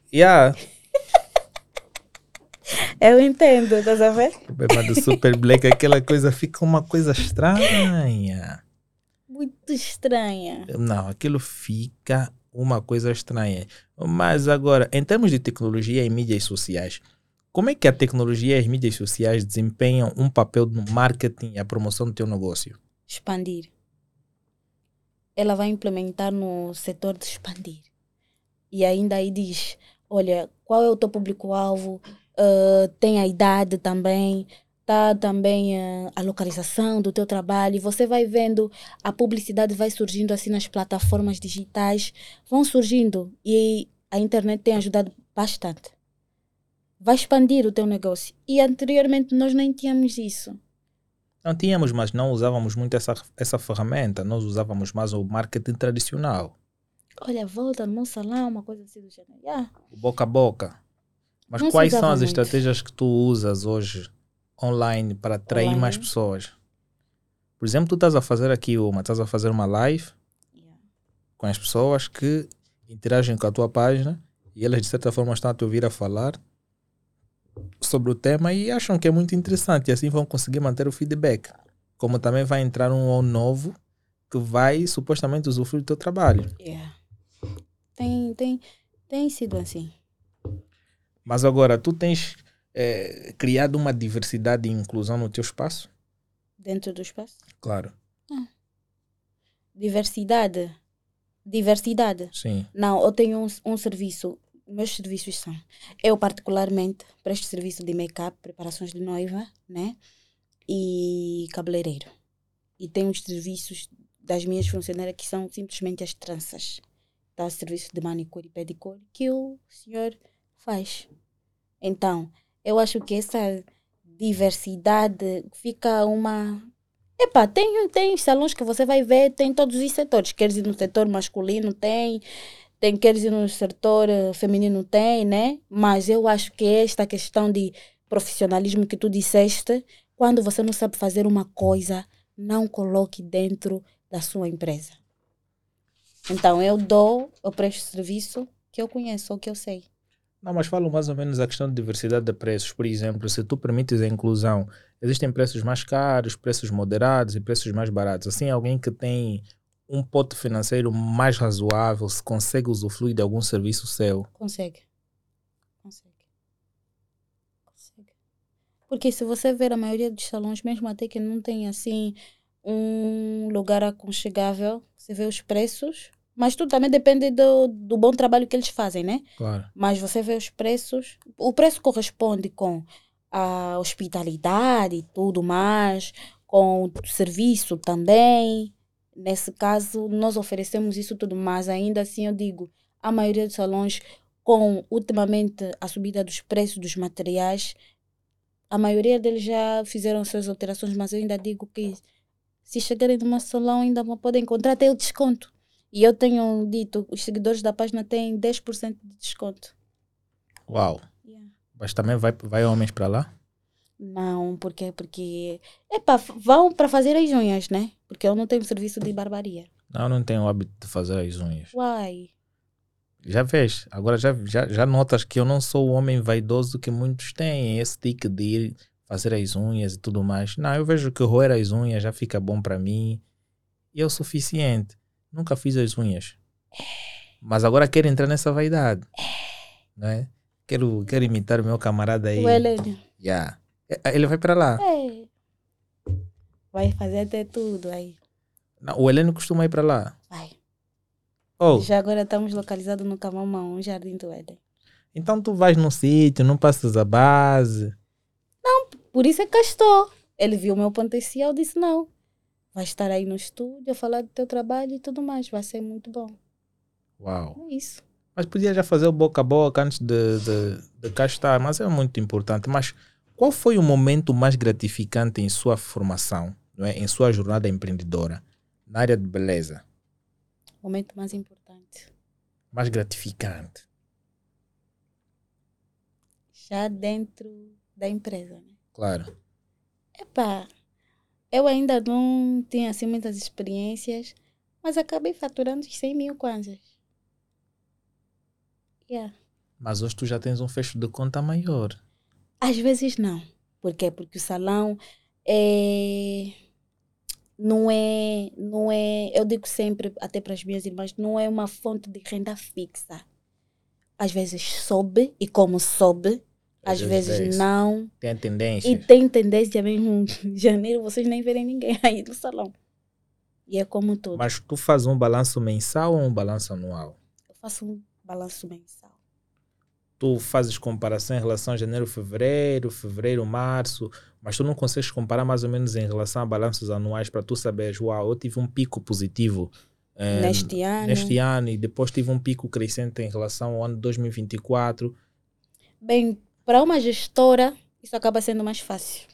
Eu entendo, estás a ver? O problema do super black, aquela coisa fica uma coisa estranha. Muito estranha. Não, aquilo fica uma coisa estranha. Mas agora, em termos de tecnologia e mídias sociais, como é que a tecnologia e as mídias sociais desempenham um papel no marketing e a promoção do teu negócio? Expandir. Ela vai implementar no setor de expandir. E ainda aí diz, olha, qual é o teu público-alvo? Tem a idade também, tá também a localização do teu trabalho. E você vai vendo, a publicidade vai surgindo assim nas plataformas digitais, vão surgindo. E a internet tem ajudado bastante. Vai expandir o teu negócio. E anteriormente nós nem tínhamos isso. Não tínhamos, mas não usávamos muito essa ferramenta. Nós usávamos mais o marketing tradicional. Olha, volta no meu salão, uma coisa assim do gênero. O boca a boca. Mas não quais são as estratégias que tu usas hoje online para atrair mais pessoas? Por exemplo, tu estás a fazer estás a fazer uma live com as pessoas que interagem com a tua página e elas de certa forma estão a te ouvir a falar sobre o tema e acham que é muito interessante e assim vão conseguir manter o feedback. Como também vai entrar um novo que vai supostamente usufruir do teu trabalho. Tem sido assim. Mas agora, tu tens criado uma diversidade e inclusão no teu espaço? Dentro do espaço? Claro. Diversidade? Sim. Não, eu tenho um serviço. Meus serviços são, eu particularmente presto serviço de make-up, preparações de noiva, né? E cabeleireiro. E tenho os serviços das minhas funcionárias que são simplesmente as tranças. Tá? Serviço de manicure e pedicure que o senhor faz. Então, eu acho que essa diversidade fica uma... tem salões que você vai ver, tem todos os setores. Queres ir no setor masculino, queres ir no setor feminino, tem, né? Mas eu acho que esta questão de profissionalismo que tu disseste, quando você não sabe fazer uma coisa, não coloque dentro da sua empresa. Então, eu presto serviço que eu conheço ou que eu sei. Não, mas falo mais ou menos a questão de diversidade de preços. Por exemplo, se tu permites a inclusão, existem preços mais caros, preços moderados e preços mais baratos. Assim, alguém que tem um pote financeiro mais razoável, se consegue usufruir de algum serviço seu. Consegue. Consegue. Consegue. Porque se você ver a maioria dos salões, mesmo até que não tem assim um lugar aconchegável, você vê os preços, mas tudo também depende do bom trabalho que eles fazem, né? Claro. Mas você vê os preços, o preço corresponde com a hospitalidade e tudo mais, com o serviço também. Nesse caso, nós oferecemos isso tudo, mas ainda assim eu digo, a maioria dos salões, com ultimamente a subida dos preços dos materiais, a maioria deles já fizeram suas alterações, mas eu ainda digo que se chegarem numa salão ainda podem encontrar até o desconto. E eu tenho dito, os seguidores da página têm 10% de desconto. Uau. Yeah. Mas também vai homens para lá? Não, porque epa, vão para fazer as unhas, né? Porque eu não tenho serviço de barbearia. Não tenho o hábito de fazer as unhas. Uai. Já vês, agora já notas que eu não sou o homem vaidoso que muitos têm, esse tique de ir fazer as unhas e tudo mais. Não, eu vejo que roer as unhas já fica bom para mim e é o suficiente. Nunca fiz as unhas. Mas agora quero entrar nessa vaidade, não é? Quero imitar o meu camarada aí. O Helênio. Yeah. Ele vai para lá. É. Vai fazer até tudo aí. Não, o Heleno costuma ir para lá. Vai. Oh, Já agora estamos localizados no Camamão, um Jardim do Éden. então tu vais num sítio, não passas a base. Por isso é que estou. Ele viu o meu potencial e disse não. Vai estar aí no estúdio a falar do teu trabalho e tudo mais. Vai ser muito bom. Uau. É isso. Mas podia já fazer o boca a boca antes de cá estar, mas é muito importante. Mas qual foi o momento mais gratificante em sua formação, não é? Em sua jornada empreendedora, na área de beleza? Momento mais importante. Mais gratificante. Já dentro da empresa, né? Claro. Epá, eu ainda não tinha assim muitas experiências, mas acabei faturando os 100 mil kwanzas. Yeah. Mas hoje tu já tens um fecho de conta maior. Às vezes não. Por quê? Porque o salão é... não é, eu digo sempre, até para as minhas irmãs, não é uma fonte de renda fixa. Às vezes sobe, e como sobe, às vezes desce. não. Tem tendência. E tem tendência mesmo, em janeiro vocês nem verem ninguém aí no salão. E é como tudo. Mas tu fazes um balanço mensal ou um balanço anual? Eu faço um balanço mensal. Tu fazes comparação em relação a janeiro, fevereiro, março, mas tu não consegues comparar mais ou menos em relação a balanços anuais para tu saberes, uau, eu tive um pico positivo neste ano e depois tive um pico crescente em relação ao ano de 2024. Bem, para uma gestora, isso acaba sendo mais fácil.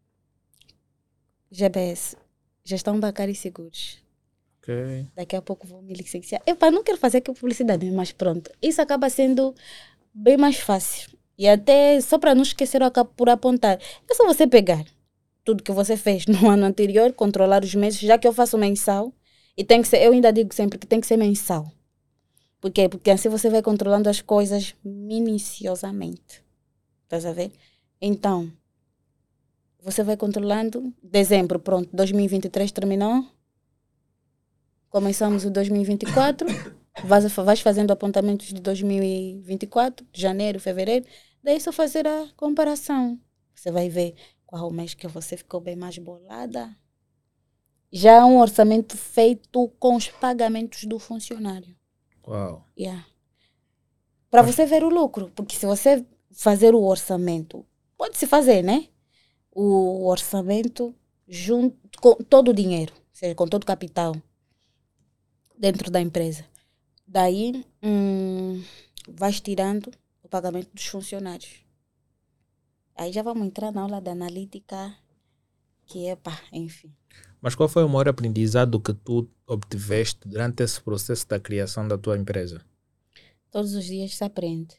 GBS, Gestão Bancária e Seguros. Ok. Daqui a pouco vou me licenciar. Eu não quero fazer aqui publicidade, mas pronto. Isso acaba sendo bem mais fácil. E até, só para não esquecer, eu acabo por apontar. É só você pegar tudo que você fez no ano anterior, controlar os meses, já que eu faço mensal. E tem que ser, eu ainda digo sempre que tem que ser mensal. Por quê? Porque assim você vai controlando as coisas minuciosamente. Estás a ver? Então, você vai controlando. Dezembro, pronto, 2023 terminou. Começamos o 2024. Vais fazendo apontamentos de 2024, janeiro, fevereiro. Daí só fazer a comparação. Você vai ver qual o mês que você ficou bem mais bolada. Já há um orçamento feito com os pagamentos do funcionário. Uau. Yeah. Para você ver o lucro. Porque se você fazer o orçamento, pode-se fazer, né? O orçamento junto com todo o dinheiro, ou seja, com todo o capital dentro da empresa. Daí, vais tirando o pagamento dos funcionários. Aí já vamos entrar na aula da analítica, que é pá, enfim. Mas qual foi o maior aprendizado que tu obtiveste durante esse processo da criação da tua empresa? Todos os dias se aprende.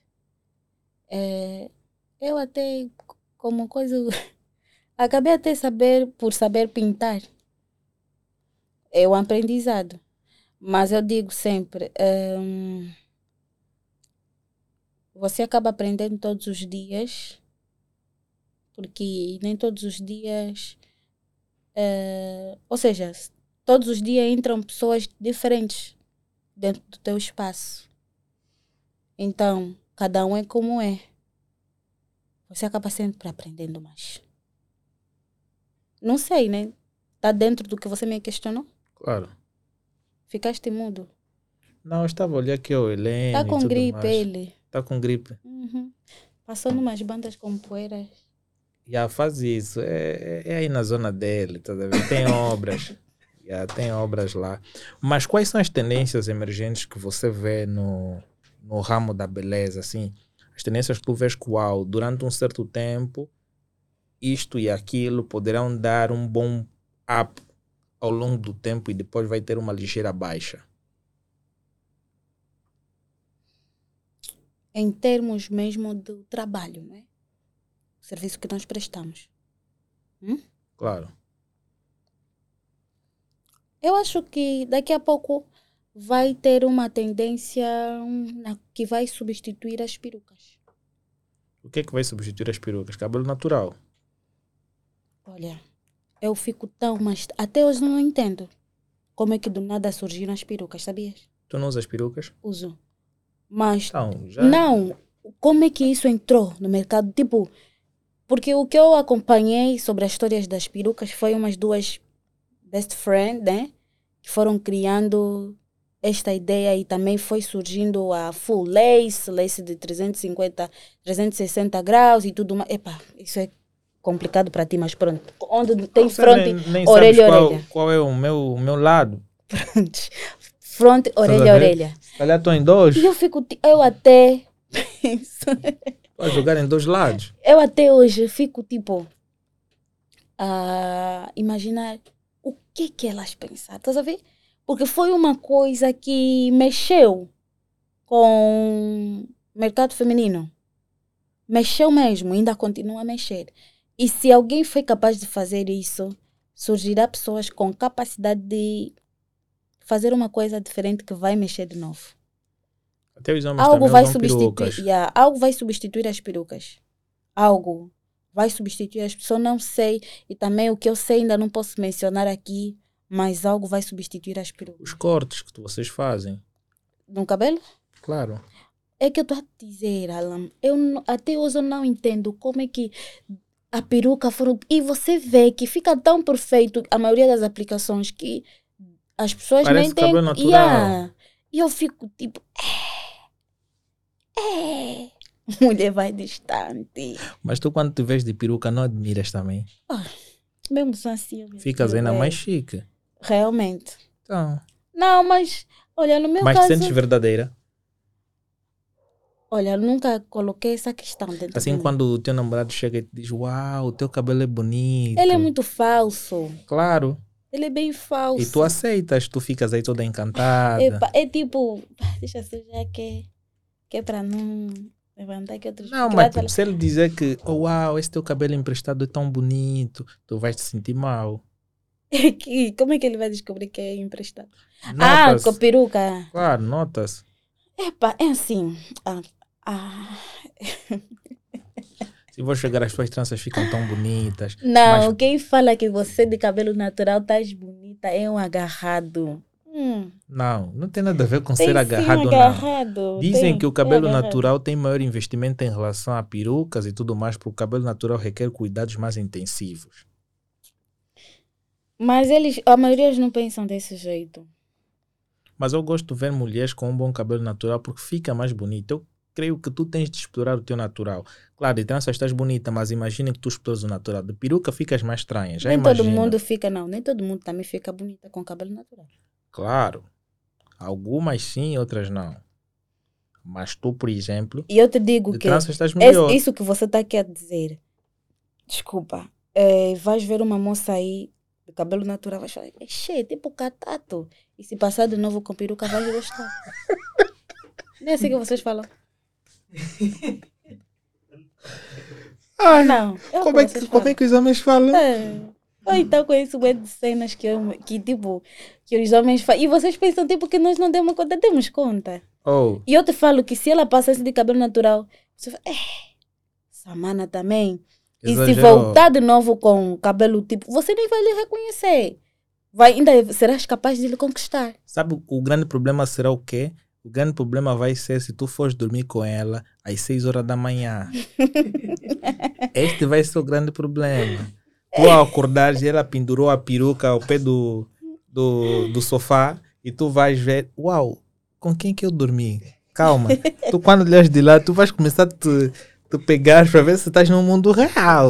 Eu até, como coisa, acabei até por saber pintar. É um aprendizado. Mas eu digo sempre, você acaba aprendendo todos os dias, porque nem todos os dias, ou seja, todos os dias entram pessoas diferentes dentro do teu espaço. Então, cada um é como é. Você acaba sempre aprendendo mais. Não sei, né? Está dentro do que você me questionou? Claro. Ficaste mudo. Não, eu estava a olhar aqui o Está Helene e com tudo gripe mais. ele. Está com gripe. Passou numas bandas com poeiras. Já faz isso. É aí na zona dele, tá vendo? Tem obras. Já tem obras lá. Mas quais são as tendências emergentes que você vê no ramo da beleza, assim? As tendências que tu vês que, uau, durante um certo tempo, isto e aquilo poderão dar um bom up ao longo do tempo e depois vai ter uma ligeira baixa. Em termos mesmo do trabalho, não é? O serviço que nós prestamos. Claro. Eu acho que daqui a pouco vai ter uma tendência que vai substituir as perucas. O que é que vai substituir as perucas? Cabelo natural. Olha, eu fico tão... Mas até hoje não entendo como é que do nada surgiram as perucas, sabias? Tu não usas perucas? Uso. Mas Então, já... não, como é que isso entrou no mercado? Tipo, porque o que eu acompanhei sobre as histórias das perucas foi umas duas best friends, né? Que foram criando esta ideia e também foi surgindo a full lace de 350, 360 graus e tudo mais. Epa, isso é complicado para ti, mas pronto. Onde tem Você fronte, nem orelha, sabes orelha. qual é o meu lado. Fronte, orelha, orelha. Se calhar estou em dois. E eu até Pode jogar em dois lados. eu até hoje fico tipo a imaginar o que elas pensaram, estás a ver? Porque foi uma coisa que mexeu com o mercado feminino. Mexeu mesmo, ainda continua a mexer. E se alguém foi capaz de fazer isso, surgirá pessoas com capacidade de fazer uma coisa diferente que vai mexer de novo. Até os homens Algo também vai usam perucas. algo vai substituir as perucas. Algo vai substituir as pessoas, não sei. E também o que eu sei ainda não posso mencionar aqui, mas algo vai substituir as perucas. Os cortes que vocês fazem. No cabelo? Claro. É que eu estou a dizer, Alan, até hoje eu não entendo como é que a peruca foram... E você vê que fica tão perfeito a maioria das aplicações que as pessoas Parece nem têm... cabelo natural. Yeah. E eu fico tipo... Mulher vai distante. Mas tu quando te vês de peruca não admiras também? Mesmo assim... Ficas ainda mais chique. Realmente. Então. Não, mas... Olha, no meu Mas caso... te sentes verdadeira? Olha, eu nunca coloquei essa questão dentro Assim, de mim. quando o teu namorado chega e te diz, uau, o teu cabelo é bonito. Ele é muito falso. Claro. Ele é bem falso. E tu aceitas, tu ficas aí toda encantada. Epa, é tipo... Deixa eu já que é para não levantar que outros... Não, mas tipo, se ele dizer que, oh, uau, esse teu cabelo emprestado é tão bonito, tu vais te sentir mal. Como é que ele vai descobrir que é emprestado? Notas. Com a peruca. Claro, notas. Epa, é assim... Se vou chegar, as tuas tranças ficam tão bonitas. Não, mas... quem fala que você de cabelo natural estás bonita é um agarrado. Não tem nada a ver com Tem ser sim, agarrado, agarrado. não. Dizem que o cabelo agarrado. natural tem maior investimento em relação a perucas e tudo mais, porque o cabelo natural requer cuidados mais intensivos. Mas a maioria não pensam desse jeito. Mas eu gosto de ver mulheres com um bom cabelo natural porque fica mais bonito. Eu creio que tu tens de explorar o teu natural. Claro, de trança estás bonita, mas imagina que tu exploras o natural. De peruca ficas mais estranha, já Nem imagina. todo mundo fica, não. Nem todo mundo também fica bonita com cabelo natural. Claro. Algumas sim, outras não. Mas tu, por exemplo, e eu te digo de que trança estás melhor. Isso que você está aqui a dizer, desculpa, vais ver uma moça aí de cabelo natural, vais falar, tipo catato. E se passar de novo com peruca, vais gostar. Nem é assim que vocês falam. Ai, não. Como é que os homens falam? Ou então conheço bué de cenas que os homens fazem. E vocês pensam, tipo, que nós não demos conta. Demos conta. Oh, E eu te falo que se ela passasse de cabelo natural, você fala, essa mana também. E se exagerou. voltar de novo com cabelo tipo, você nem vai lhe reconhecer. Ainda serás capaz de lhe conquistar. Sabe, o grande problema será o quê? O grande problema vai ser se tu fores dormir com ela às 6 horas da manhã. Este vai ser o grande problema. Tu ao acordares e ela pendurou a peruca ao pé do sofá e tu vais ver, uau, com quem que eu dormi? Calma. Tu quando olhas de lá, tu vais começar a te pegar para ver se estás no mundo real.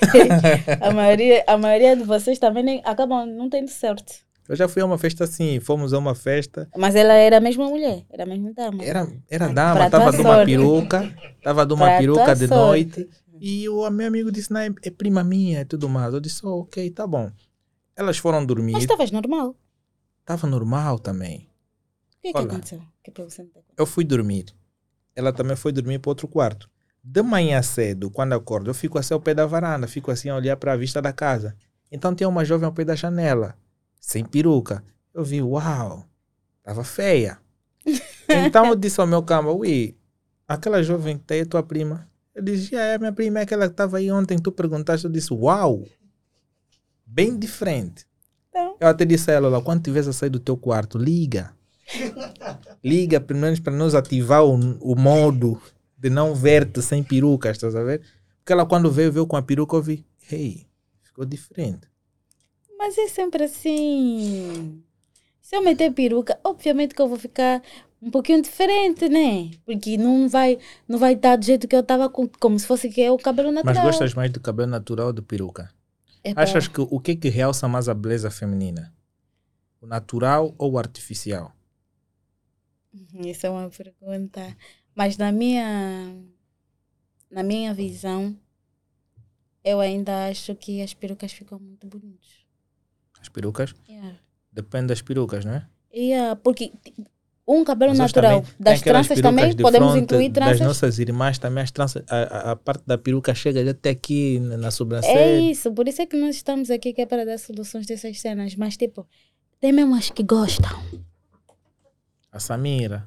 A maioria de vocês também acabam não tendo sorte. Eu já fui a uma festa assim, fomos a uma festa. Mas ela era a mesma mulher, era a mesma dama. Era dama, Pra estava tua de uma sorte. peruca, estava de uma Pra peruca tua de sorte. noite. E o meu amigo disse, não, é prima minha e tudo mais. Eu disse, oh, ok, tá bom. Elas foram dormir, Mas estavas normal. estava normal também. O que é que Olha. aconteceu? Que para você não ter... Eu fui dormir. Ela também foi dormir para outro quarto. De manhã cedo, quando eu acordo, eu fico assim ao pé da varanda, fico assim a olhar para a vista da casa. Então tinha uma jovem ao pé da janela, sem peruca. Eu vi, uau, estava feia. Então eu disse ao meu cama, ui, aquela jovem que tá aí é tua prima? Eu disse, é minha prima, é aquela que estava aí ontem, tu perguntaste, eu disse, uau, bem diferente. Então. Eu até disse a ela, lá, quando tiveres a sair do teu quarto, liga. Liga, pelo menos para nós ativar o modo de não ver-te sem peruca, estás a ver? Porque ela quando veio com a peruca, eu vi, hey, ficou diferente. Mas é sempre assim. Se eu meter peruca, obviamente que eu vou ficar um pouquinho diferente, né? Porque não vai estar do jeito que eu estava, como se fosse que é o cabelo Mas natural. gostas mais do cabelo natural ou de peruca? Epa, Achas que o que realça mais a beleza feminina? O natural ou o artificial? Isso é uma pergunta. Mas na minha visão, eu ainda acho que as perucas ficam muito bonitas. As perucas? Yeah. Depende das perucas, não é? Yeah, porque um cabelo Mas hoje natural, também tem das aquelas tranças perucas também, de podemos fronte, incluir das tranças. nossas irmãs também, as tranças, a parte da peruca chega até aqui na É sobrancelha. isso, por isso é que nós estamos aqui que é para dar soluções dessas cenas. Mas tipo, tem mesmo as que gostam. A Samira.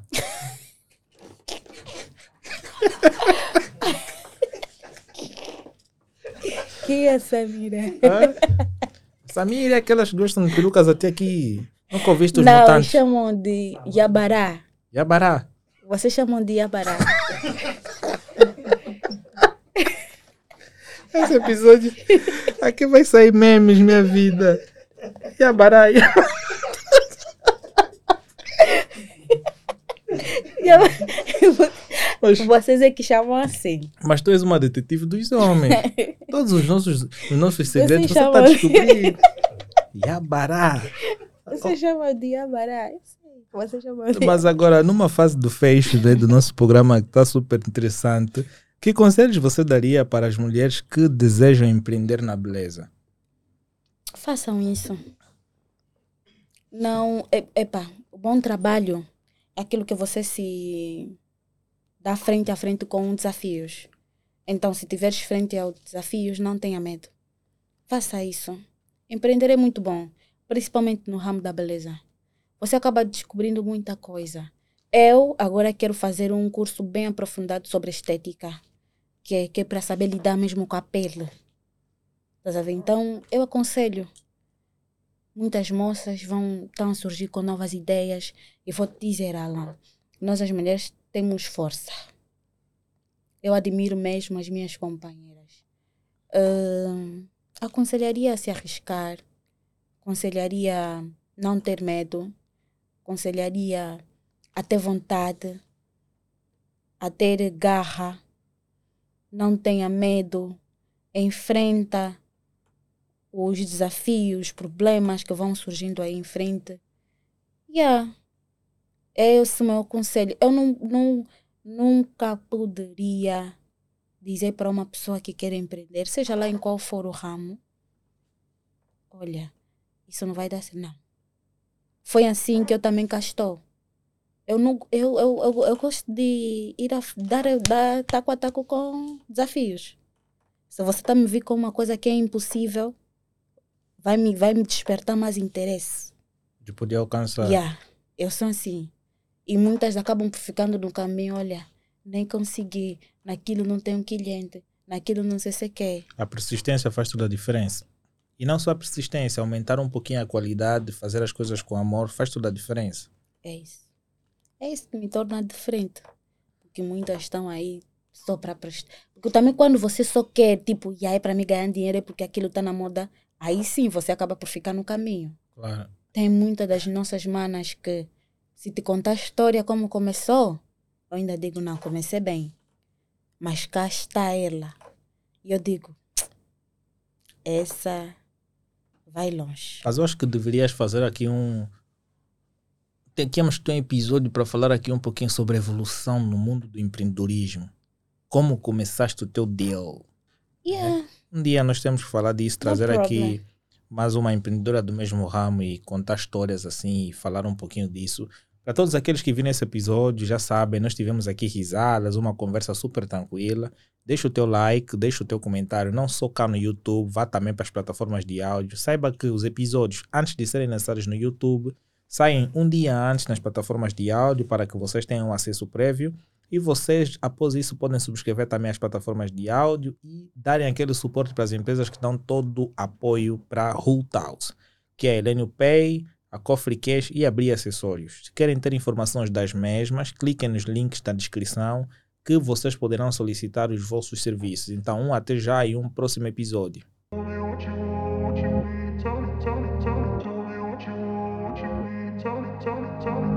Que é Samira? Hã? Samira é aquelas que gostam de perucas até aqui. Nunca ouviste os Não, mutantes. chamam de Yabará. Yabará. Vocês chamam de Yabará. Esse episódio aqui vai sair memes, minha vida. Yabará. Vocês é que chamam assim. Mas tu és uma detetive dos homens. Todos os nossos segredos você está chamam- a descobrir. Yabará. Vocês chamam de Yabará. Eu sei. Vocês chamam de... Mas agora, numa fase do fecho, né, do nosso programa que está super interessante, que conselhos você daria para as mulheres que desejam empreender na beleza? Façam isso. Não, epa, o bom trabalho é aquilo que você se dá frente a frente com desafios. Então, se tiveres frente aos desafios, não tenha medo. Faça isso. Empreender é muito bom, principalmente no ramo da beleza. Você acaba descobrindo muita coisa. Eu agora quero fazer um curso bem aprofundado sobre estética, que é para saber lidar mesmo com a pele. Estás a ver? Então, eu aconselho. Muitas moças estão a surgir com novas ideias. E vou te dizer, Alan, nós as mulheres temos força. Eu admiro mesmo as minhas companheiras. Aconselharia a se arriscar. Aconselharia não ter medo. Aconselharia a ter vontade. A ter garra. Não tenha medo. Enfrenta os desafios, os problemas que vão surgindo aí em frente. É esse o meu conselho. Eu nunca poderia dizer para uma pessoa que quer empreender, seja lá em qual for o ramo, olha, isso não vai dar certo. Não. Foi assim que eu também cá estou. Eu gosto de ir dar taco a taco com desafios. Se você está me vir com uma coisa que é impossível, vai me despertar mais interesse. De poder alcançar. Yeah, eu sou assim. E muitas acabam por ficando no caminho, olha, nem consegui, naquilo não tenho cliente, naquilo não sei se quer. A persistência faz toda a diferença. E não só a persistência, aumentar um pouquinho a qualidade, fazer as coisas com amor, faz toda a diferença. É isso. É isso que me torna diferente. Porque muitas estão aí só para prestar. Porque também quando você só quer, tipo, e aí para me ganhar dinheiro é porque aquilo está na moda, aí sim você acaba por ficar no caminho. Claro. Tem muitas das nossas manas que, se te contar a história como começou, eu ainda digo, não, comecei bem. Mas cá está ela. E eu digo, essa vai longe. Mas eu acho que deverias fazer aqui Temos que ter um episódio para falar aqui um pouquinho sobre a evolução no mundo do empreendedorismo. Como começaste o teu deal. Yeah. Um dia nós temos que falar disso, trazer aqui mais uma empreendedora do mesmo ramo e contar histórias assim e falar um pouquinho disso. Para todos aqueles que viram esse episódio, já sabem, nós tivemos aqui risadas, uma conversa super tranquila. Deixa o teu like, deixa o teu comentário, não só cá no YouTube, vá também para as plataformas de áudio. Saiba que os episódios, antes de serem lançados no YouTube, saem um dia antes nas plataformas de áudio para que vocês tenham acesso prévio. E vocês, após isso, podem subscrever também as plataformas de áudio e darem aquele suporte para as empresas que dão todo o apoio para a Holt House, que é a Elenio Pay, a Cofre Cash e a Bri Acessórios. Se querem ter informações das mesmas, cliquem nos links da descrição que vocês poderão solicitar os vossos serviços. Então, até já e um próximo episódio. Tell me